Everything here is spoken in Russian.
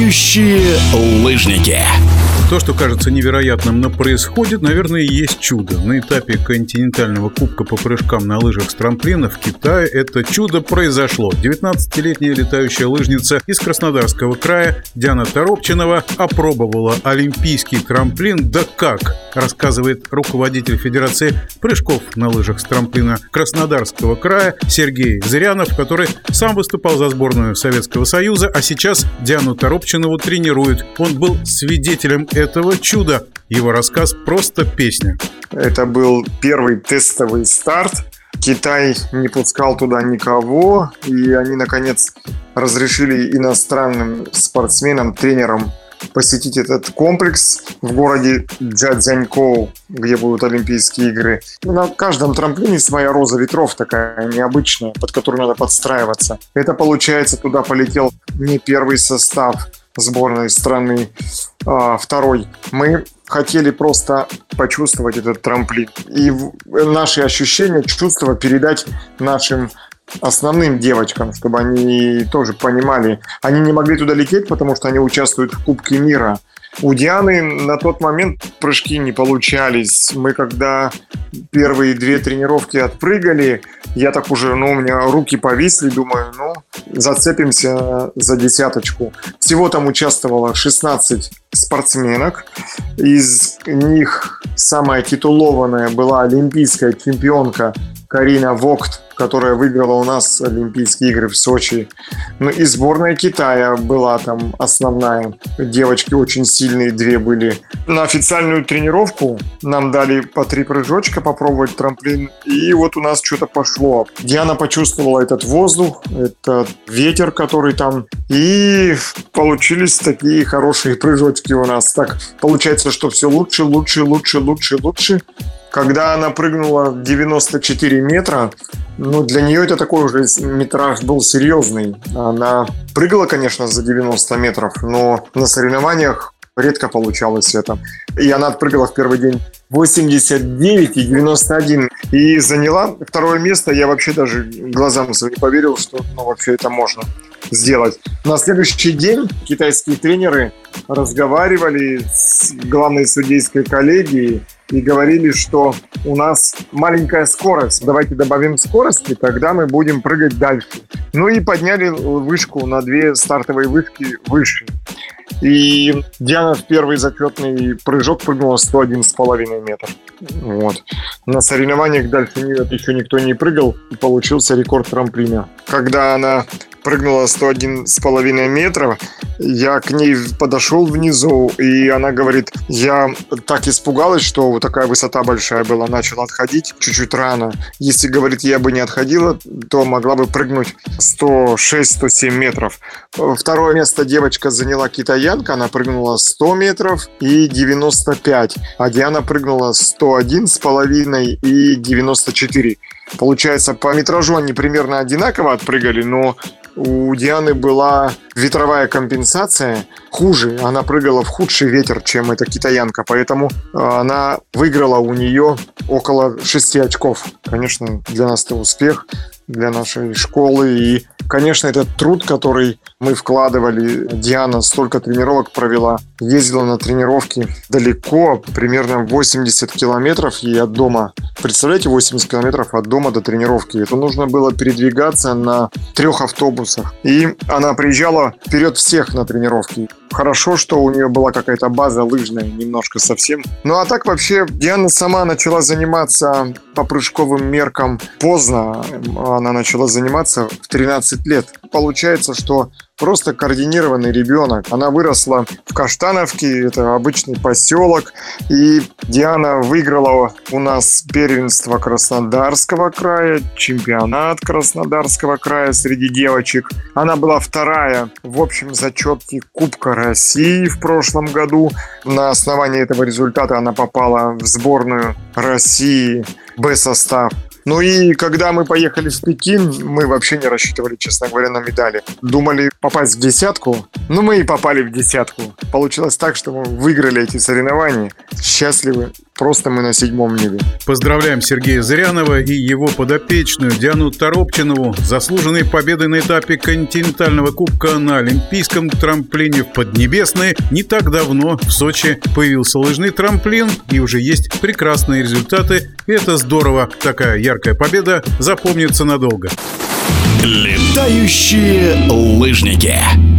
Летающие лыжники. То, что кажется невероятным, но происходит, наверное, и есть чудо. На этапе континентального кубка по прыжкам на лыжах с трамплина в Китае это чудо произошло. 19-летняя летающая лыжница из Краснодарского края Диана Торопчинова опробовала олимпийский трамплин. Да как, рассказывает руководитель Федерации прыжков на лыжах с трамплина Краснодарского края Сергей Зырянов, который сам выступал за сборную Советского Союза, а сейчас Диану Торопчинову тренирует. Он был свидетелем этого чуда. Его рассказ просто песня. Это был первый тестовый старт. Китай не пускал туда никого, и они, наконец, разрешили иностранным спортсменам, тренерам посетить этот комплекс в городе Цзянькоу, где будут Олимпийские игры. На каждом трамплине своя роза ветров, такая необычная, под которую надо подстраиваться. Это, получается, туда полетел не первый состав сборной страны, второй. Мы хотели просто почувствовать этот трамплин. И наши ощущения, чувства передать нашим основным девочкам, чтобы они тоже понимали. Они не могли туда лететь, потому что они участвуют в Кубке мира. У Дианы на тот момент прыжки не получались. Мы когда первые 2 тренировки отпрыгали, я так уже, у меня руки повисли, думаю, зацепимся за десяточку. Всего там участвовало 16 спортсменок. Из них самая титулованная была олимпийская чемпионка Карина Вогт, которая выиграла у нас Олимпийские игры в Сочи. И сборная Китая была там основная. Девочки очень сильные, 2 были. На официальную тренировку нам дали по 3 прыжочка попробовать трамплин. И вот у нас что-то пошло. Диана почувствовала этот воздух, этот ветер, который там. И получились такие хорошие прыжочки у нас. Так получается, что все лучше. Когда она прыгнула 94 метра, для нее это такой уже метраж был серьезный. Она прыгала, конечно, за 90 метров, но на соревнованиях редко получалось это. И она отпрыгала в первый день 89 и 91. И заняла 2 место. Я вообще даже глазам своим не поверил, что вообще это можно сделать. На следующий день китайские тренеры разговаривали с главной судейской коллегией и говорили, что у нас маленькая скорость. Давайте добавим скорости, тогда мы будем прыгать дальше. И подняли вышку на 2 стартовые вышки выше. И Диана в первый зачетный прыжок прыгнула 101,5 метр. На соревнованиях дальше еще никто не прыгал, и получился рекорд трамплина. Когда она прыгнула 101,5 метров, я к ней подошел внизу, и она говорит, я так испугалась, что вот такая высота большая была, начала отходить чуть-чуть рано. Если, говорит, я бы не отходила, то могла бы прыгнуть 106-107 метров. 2 место девочка заняла китаянка, она прыгнула 100 метров и 95, а Диана прыгнула 101,5 и 94. Получается, по метражу они примерно одинаково отпрыгали, но у Дианы была ветровая компенсация хуже. Она прыгала в худший ветер, чем эта китаянка, поэтому она выиграла у нее около 6 очков. Конечно, для нас это успех, для нашей школы. И, конечно, этот труд, который мы вкладывали, Диана столько тренировок провела, ездила на тренировки далеко, примерно 80 километров ей от дома. Представляете, 80 километров от дома до тренировки. Это нужно было передвигаться на 3 автобусах. И она приезжала вперед всех на тренировки. Хорошо, что у нее была какая-то база лыжная, немножко совсем. А так вообще Диана сама начала заниматься по прыжковым меркам поздно. Она начала заниматься в 13 лет. Получается, что просто координированный ребенок. Она выросла в Каштановке, это обычный поселок. И Диана выиграла у нас первенство Краснодарского края, чемпионат Краснодарского края среди девочек. Она была 2 в общем зачетке Кубка России в прошлом году. На основании этого результата она попала в сборную России Б-состав. И когда мы поехали в Пекин, мы вообще не рассчитывали, честно говоря, на медали. Думали попасть в 10. Мы и попали в 10. Получилось так, что мы выиграли эти соревнования. Счастливы. просто мы на 7-м небе. Поздравляем Сергея Зырянова и его подопечную Диану Торопчинову с заслуженной победой на этапе континентального кубка на олимпийском трамплине в Поднебесной. Не так давно в Сочи появился лыжный трамплин, и уже есть прекрасные результаты. Это здорово. Такая яркая победа запомнится надолго. Летающие лыжники.